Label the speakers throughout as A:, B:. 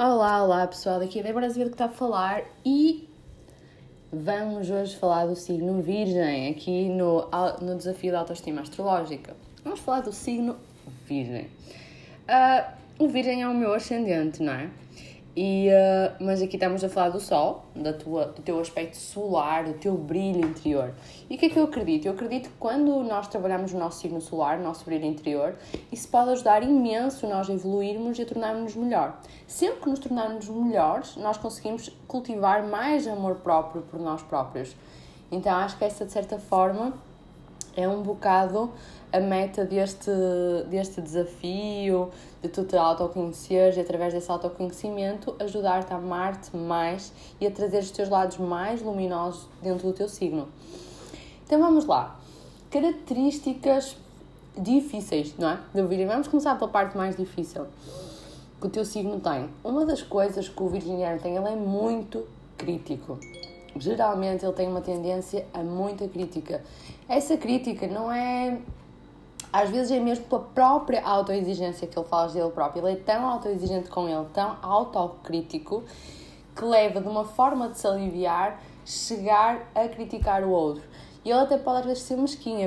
A: Olá pessoal, aqui é Débora Azevedo que está a falar e vamos hoje falar do signo Virgem, aqui no desafio da autoestima astrológica. Vamos falar do signo Virgem. O Virgem é o meu ascendente, não é? Mas aqui estamos a falar do Sol, do teu aspecto solar, do teu brilho interior. E o que é que eu acredito? Eu acredito que quando nós trabalhamos o nosso signo solar, o nosso brilho interior, isso pode ajudar imenso nós a evoluirmos e a tornarmos-nos melhor. Sempre que nos tornarmos melhores, nós conseguimos cultivar mais amor próprio por nós próprios. Então acho que essa, de certa forma, é um bocado a meta deste desafio, de tu te autoconheceres e através desse autoconhecimento ajudar-te a amar-te mais e a trazer os teus lados mais luminosos dentro do teu signo. Então vamos lá. Características difíceis, não é? Do Virgem. Vamos começar pela parte mais difícil que o teu signo tem. Uma das coisas que o virginiano tem, ele é muito crítico. Geralmente ele tem uma tendência a muita crítica. Essa crítica não é... Às vezes é mesmo pela própria autoexigência que ele fala dele próprio. Ele é tão autoexigente com ele, tão autocrítico, que leva de uma forma de se aliviar, chegar a criticar o outro. E ele até pode às vezes ser mesquinho,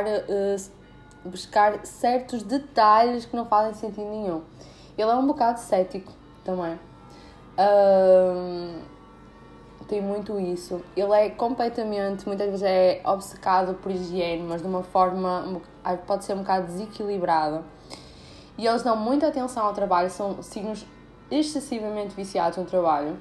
A: buscar certos detalhes que não fazem sentido nenhum. Ele é um bocado cético também. Tem muito isso. Ele é completamente, muitas vezes é obcecado por higiene, mas de uma forma, pode ser um bocado desequilibrada. E eles dão muita atenção ao trabalho, são signos excessivamente viciados no trabalho.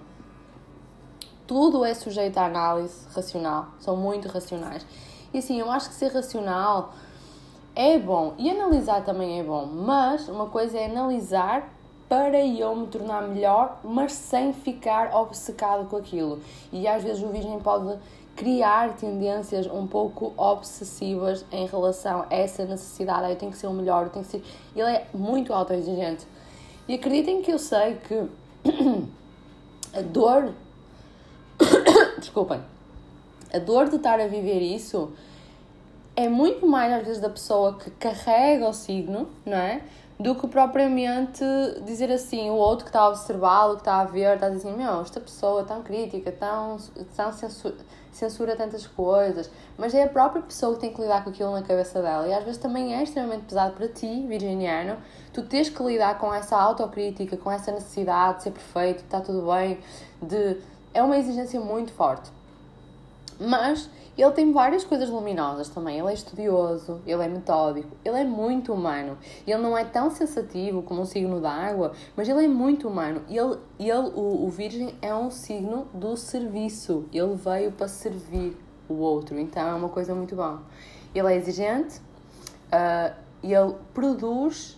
A: Tudo é sujeito à análise racional, são muito racionais. E assim, eu acho que ser racional é bom, e analisar também é bom, mas uma coisa é analisar para eu me tornar melhor, mas sem ficar obcecado com aquilo. E às vezes o Virgem pode criar tendências um pouco obsessivas em relação a essa necessidade. Eu tenho que ser o melhor, eu tenho que ser... Ele é muito autoexigente. E acreditem que eu sei que a dor... Desculpem. A dor de estar a viver isso é muito mais às vezes da pessoa que carrega o signo, não é? Do que propriamente dizer assim, o outro que está a observá-lo, que está a ver, está a dizer assim, esta pessoa tão crítica, tão censura tantas coisas, mas é a própria pessoa que tem que lidar com aquilo na cabeça dela, e às vezes também é extremamente pesado para ti, virginiano, tu tens que lidar com essa autocrítica, com essa necessidade de ser perfeito, de estar tudo bem, é uma exigência muito forte. Mas ele tem várias coisas luminosas também. Ele é estudioso, ele é metódico, ele é muito humano. Ele não é tão sensativo como um signo d'água, mas ele é muito humano. O Virgem é um signo do serviço. Ele veio para servir o outro, então é uma coisa muito boa. Ele é exigente, ele produz...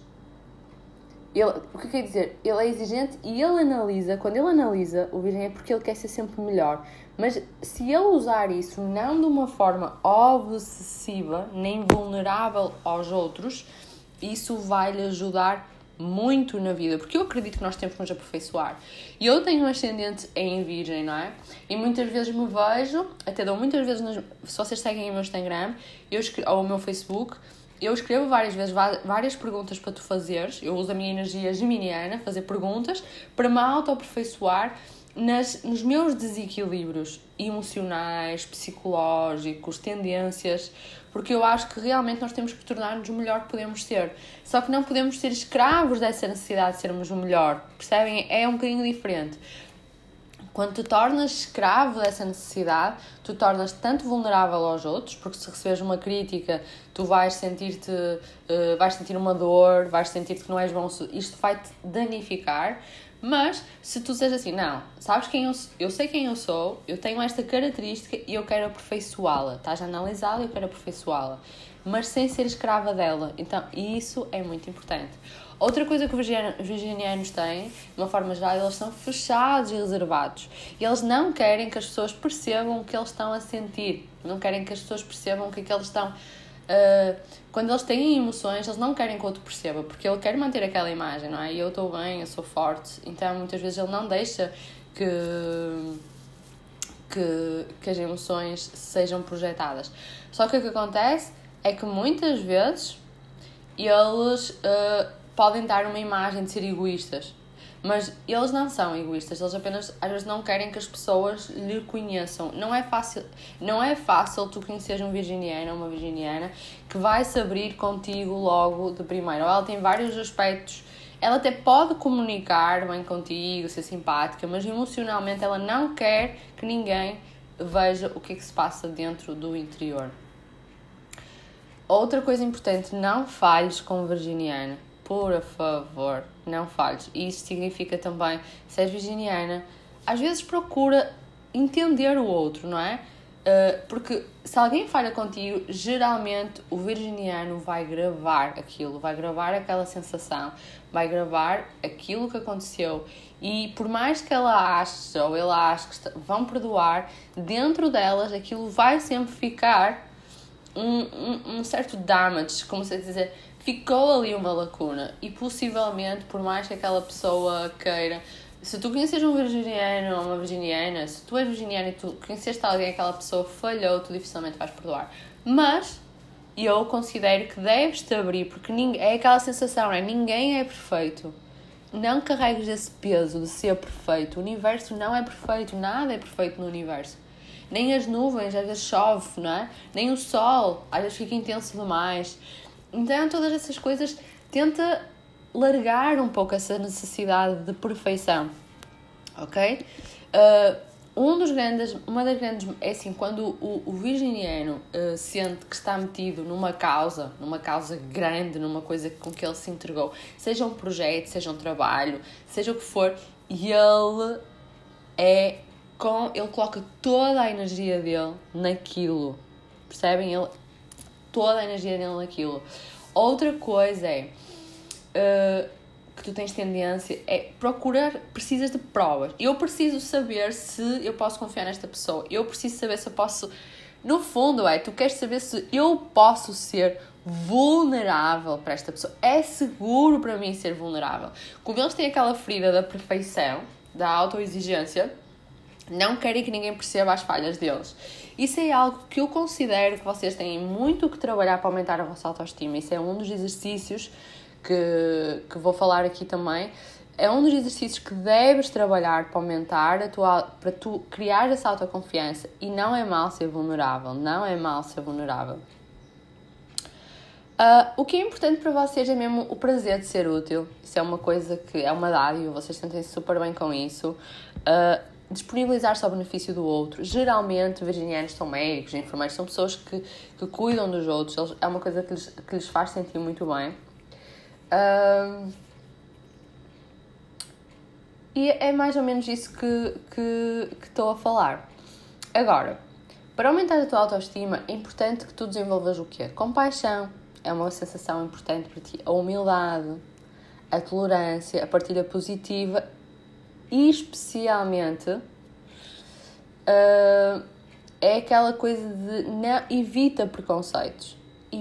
A: o que quer dizer? Ele é exigente e ele analisa. Quando ele analisa, o Virgem é porque ele quer ser sempre melhor. Mas se ele usar isso não de uma forma obsessiva, nem vulnerável aos outros, isso vai-lhe ajudar muito na vida. Porque eu acredito que nós temos que nos aperfeiçoar. E eu tenho um ascendente em Virgem, não é? E muitas vezes me vejo, até dou muitas vezes, se vocês seguem o meu Instagram ou o meu Facebook... Eu escrevo várias vezes várias perguntas para tu fazeres. Eu uso a minha energia geminiana, fazer perguntas, para me auto-aperfeiçoar nos meus desequilíbrios emocionais, psicológicos, tendências, porque eu acho que realmente nós temos que tornar-nos o melhor que podemos ser. Só que não podemos ser escravos dessa necessidade de sermos o melhor. Percebem? É um bocadinho diferente. Quando te tornas escravo dessa necessidade, tu tornas-te tanto vulnerável aos outros, porque se receberes uma crítica, tu vais sentir uma dor, vais sentir-te que não és bom, isto vai-te danificar. Mas se tu disseres assim, não, sabes quem eu sei quem eu sou, eu tenho esta característica e eu quero aperfeiçoá-la, estás a analisá-la e eu quero aperfeiçoá-la, mas sem ser escrava dela. Então isso é muito importante. Outra coisa que os virginianos têm, de uma forma geral, eles são fechados e reservados. E eles não querem que as pessoas percebam o que eles estão a sentir. Não querem que as pessoas percebam o que é que eles estão... quando eles têm emoções, eles não querem que o outro perceba, porque ele quer manter aquela imagem, não é? E eu estou bem, eu sou forte. Então, muitas vezes, ele não deixa que as emoções sejam projetadas. Só que o que acontece é que muitas vezes eles... podem dar uma imagem de ser egoístas, Mas eles não são egoístas, eles apenas às vezes não querem que as pessoas lhe conheçam. Não é fácil tu conheceres um virginiano ou uma virginiana que vai se abrir contigo logo de primeiro. Ou ela tem vários aspectos, ela até pode comunicar bem contigo, ser simpática, mas emocionalmente ela não quer que ninguém veja o que é que se passa dentro do interior. Outra coisa importante, não falhes com virginiana. Por favor, não falhes. Isso significa também, se és virginiana, às vezes procura entender o outro, não é? Porque se alguém falha contigo, geralmente o virginiano vai gravar aquilo, vai gravar aquela sensação, vai gravar aquilo que aconteceu. E por mais que ela ache ou ele ache que vão perdoar, dentro delas aquilo vai sempre ficar um certo damage, como se dizer, ficou ali uma lacuna. E possivelmente, por mais que aquela pessoa queira, se tu conheces um virginiano ou uma virginiana, se tu és virginiano e tu conheceste alguém, aquela pessoa falhou, tu dificilmente vais perdoar. Mas eu considero que deves-te abrir, porque é aquela sensação, não é? Ninguém é perfeito. Não carregues esse peso de ser perfeito. O universo não é perfeito, nada é perfeito no universo. Nem as nuvens, às vezes chove, não é? Nem o sol, às vezes fica intenso demais. Então, todas essas coisas, tenta largar um pouco essa necessidade de perfeição, ok? Uma das grandes, é assim, quando o virginiano sente que está metido numa causa grande, numa coisa com que ele se entregou, seja um projeto, seja um trabalho, seja o que for, e ele coloca toda a energia dele naquilo, percebem? Toda a energia dele naquilo. Outra coisa que tu tens tendência é procurar, precisas de provas. Eu preciso saber se eu posso confiar nesta pessoa. Eu preciso saber se eu posso... No fundo, tu queres saber se eu posso ser vulnerável para esta pessoa. É seguro para mim ser vulnerável. Como eles têm aquela ferida da perfeição, da autoexigência, não querem que ninguém perceba as falhas deles. Isso é algo que eu considero que vocês têm muito que trabalhar para aumentar a vossa autoestima. Isso é um dos exercícios que vou falar aqui também. É um dos exercícios que deves trabalhar para aumentar para tu criar essa autoconfiança. E não é mal ser vulnerável. Não é mal ser vulnerável. O que é importante para vocês é mesmo o prazer de ser útil. Isso é uma coisa que é uma dádiva. Vocês sentem-se super bem com isso. Disponibilizar-se ao benefício do outro. Geralmente, virginianos são médicos, enfermeiros, são pessoas que cuidam dos outros. É uma coisa que lhes faz sentir muito bem. E é mais ou menos isso que estou a falar. Agora, para aumentar a tua autoestima, é importante que tu desenvolvas o quê? Compaixão é uma sensação importante para ti. A humildade, a tolerância, a partilha positiva e especialmente é aquela coisa de evita preconceitos.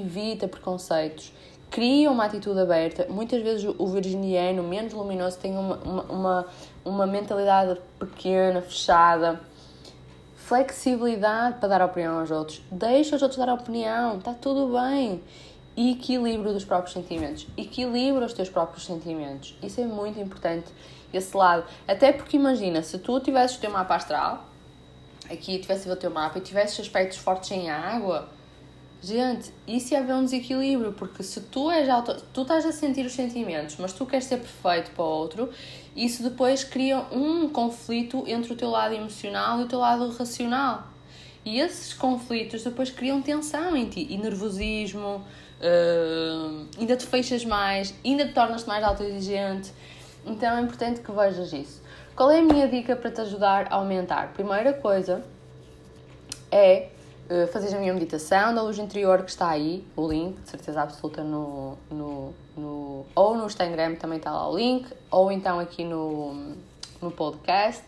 A: Cria uma atitude aberta. Muitas vezes o virginiano menos luminoso tem uma mentalidade pequena, fechada. Flexibilidade para dar opinião aos outros. Deixa os outros dar opinião. Está tudo bem. E equilíbrio dos próprios sentimentos. Equilibra os teus próprios sentimentos. Isso é muito importante. Esse lado. Até porque imagina, se tu tivesses o teu mapa astral, aqui tivesses o teu mapa e tivesses aspectos fortes em água, gente, isso ia haver um desequilíbrio, porque se tu estás a sentir os sentimentos, mas tu queres ser perfeito para o outro, isso depois cria um conflito entre o teu lado emocional e o teu lado racional. E esses conflitos depois criam tensão em ti, e nervosismo, ainda te fechas mais, ainda te tornas mais autoexigente. Então é importante que vejas isso. Qual é a minha dica para te ajudar a aumentar? Primeira coisa é fazeres a minha meditação da luz interior, que está aí, o link, de certeza absoluta, ou no Instagram também está lá o link, ou então aqui no podcast.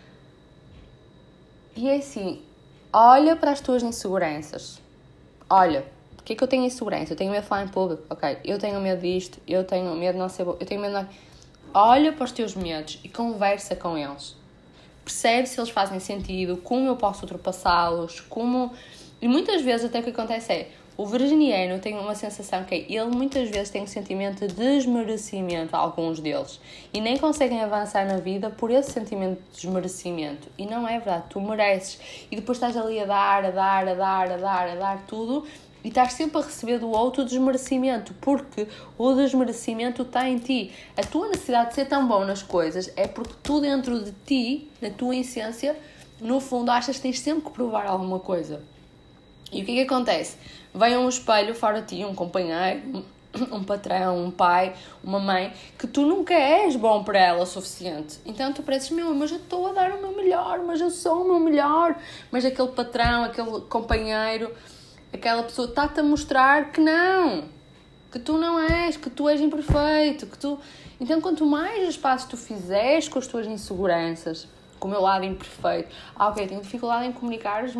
A: E é assim, olha para as tuas inseguranças. Olha, o que é que eu tenho insegurança? Eu tenho medo de falar em público, ok, eu tenho medo disto, eu tenho medo de não ser boa, eu tenho medo de não... Olha para os teus medos e conversa com eles. Percebe se eles fazem sentido, como eu posso ultrapassá-los, E muitas vezes até o que acontece é, O virginiano tem uma sensação que ele muitas vezes tem um sentimento de desmerecimento, alguns deles, e nem conseguem avançar na vida por esse sentimento de desmerecimento. E não é verdade, tu mereces. E depois estás ali a dar tudo e estás sempre a receber do outro o desmerecimento, porque o desmerecimento está em ti. A tua necessidade de ser tão bom nas coisas é porque tu dentro de ti, na tua essência, no fundo achas que tens sempre que provar alguma coisa. E o que acontece? Vem um espelho fora de ti, um companheiro, um patrão, um pai, uma mãe, que tu nunca és bom para ela o suficiente. Então tu pareces, mas eu estou a dar o meu melhor, mas eu sou o meu melhor. Mas aquele patrão, aquele companheiro, aquela pessoa está-te a mostrar que não, que tu não és, que tu és imperfeito, que tu... Então quanto mais espaço tu fizeres com as tuas inseguranças, com o meu lado imperfeito, tenho dificuldade em comunicar as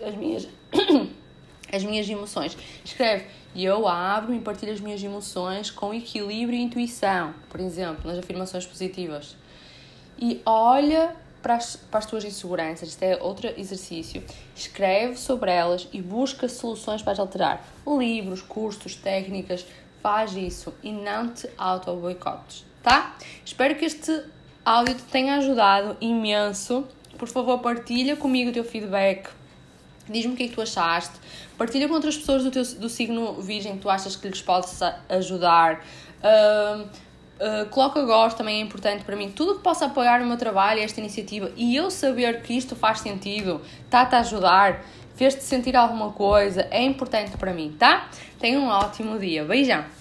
A: minhas emoções. Escreve, eu abro e partilho as minhas emoções com equilíbrio e intuição, por exemplo, nas afirmações positivas. E olha para as tuas inseguranças, isto é outro exercício. Escreve sobre elas e busca soluções para as alterar. Livros, cursos, técnicas, faz isso e não te auto-boicotes, tá? Espero que este áudio te tenha ajudado imenso. Por favor, partilha comigo o teu feedback. Diz-me o que é que tu achaste. Partilha com outras pessoas do signo virgem que tu achas que lhes pode ajudar. Coloca gosto, também é importante para mim. Tudo que possa apoiar o meu trabalho e esta iniciativa e eu saber que isto faz sentido, está-te a ajudar, fez-te sentir alguma coisa, é importante para mim, tá? Tenha um ótimo dia. Beijão!